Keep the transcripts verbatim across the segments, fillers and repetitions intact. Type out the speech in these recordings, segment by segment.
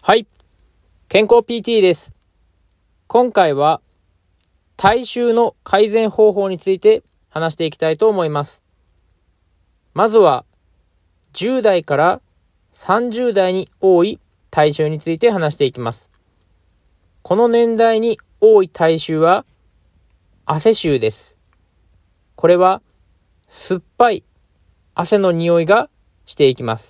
はい、健康 ピーティー です。今回は体臭の改善方法について話していきたいと思います。まずはじゅう代からさんじゅう代に多い体臭について話していきます。この年代に多い体臭は汗臭です。これは酸っぱい汗の匂いがしていきます。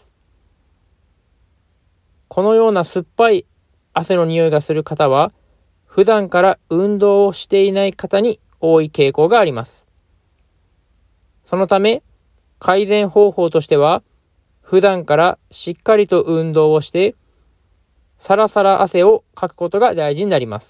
このような酸っぱい汗の匂いがする方は、普段から運動をしていない方に多い傾向があります。そのため、改善方法としては、普段からしっかりと運動をして、サラサラ汗をかくことが大事になります。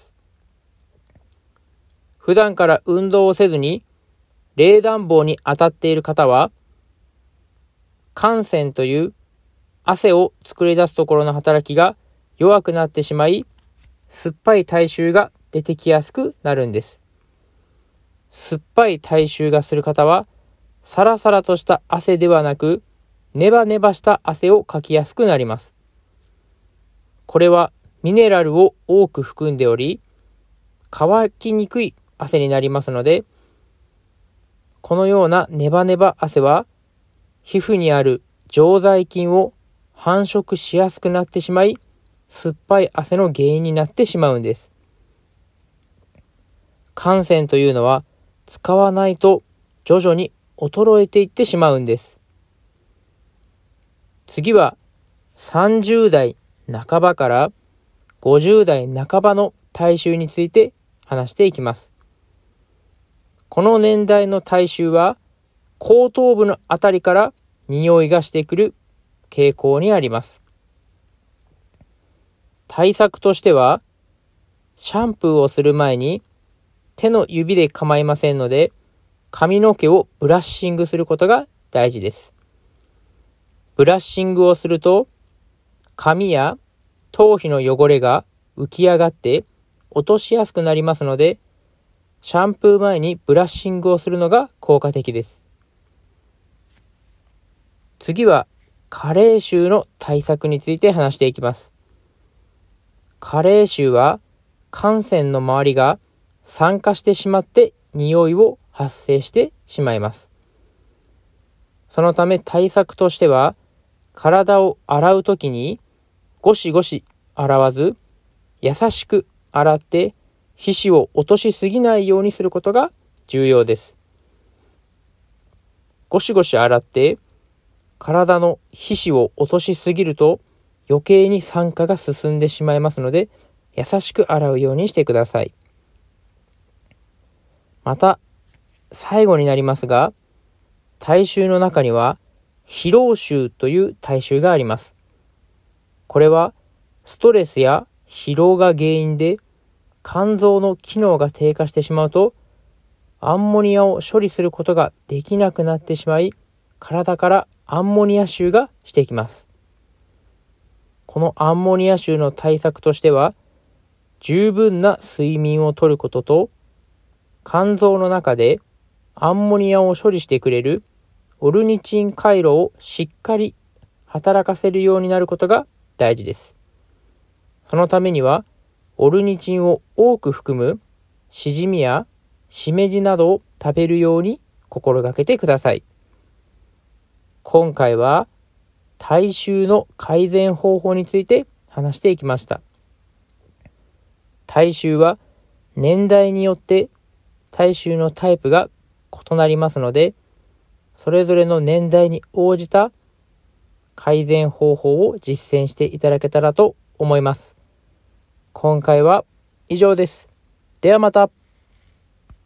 普段から運動をせずに、冷暖房に当たっている方は、汗腺という汗を作り出すところの働きが弱くなってしまい、酸っぱい体臭が出てきやすくなるんです。酸っぱい体臭がする方は、サラサラとした汗ではなく、ネバネバした汗をかきやすくなります。これはミネラルを多く含んでおり、乾きにくい汗になりますので、このようなネバネバ汗は、皮膚にある常在菌を繁殖しやすくなってしまい、酸っぱい汗の原因になってしまうんです。汗腺というのは使わないと徐々に衰えていってしまうんです。次はさんじゅう代半ばからごじゅう代半ばの体臭について話していきます。この年代の体臭は後頭部のあたりから匂いがしてくる傾向にあります。対策としては、シャンプーをする前に手の指で構いませんので、髪の毛をブラッシングすることが大事です。ブラッシングをすると、髪や頭皮の汚れが浮き上がって落としやすくなりますので、シャンプー前にブラッシングをするのが効果的です。次は、加齢臭の対策について話していきます。加齢臭は汗腺の周りが酸化してしまって匂いを発生してしまいます。そのため対策としては、体を洗うときにゴシゴシ洗わず、優しく洗って皮脂を落としすぎないようにすることが重要です。ゴシゴシ洗って体の皮脂を落としすぎると余計に酸化が進んでしまいますので、優しく洗うようにしてください。また、最後になりますが、体臭の中には疲労臭という体臭があります。これはストレスや疲労が原因で肝臓の機能が低下してしまうと、アンモニアを処理することができなくなってしまい、体からアンモニア臭がしてきます。このアンモニア臭の対策としては、十分な睡眠をとることと、肝臓の中でアンモニアを処理してくれるオルニチン回路をしっかり働かせるようになることが大事です。そのためには、オルニチンを多く含むシジミやしめじなどを食べるように心がけてください。今回は体臭の改善方法について話していきました。体臭は年代によって体臭のタイプが異なりますので、それぞれの年代に応じた改善方法を実践していただけたらと思います。今回は以上です。ではまた。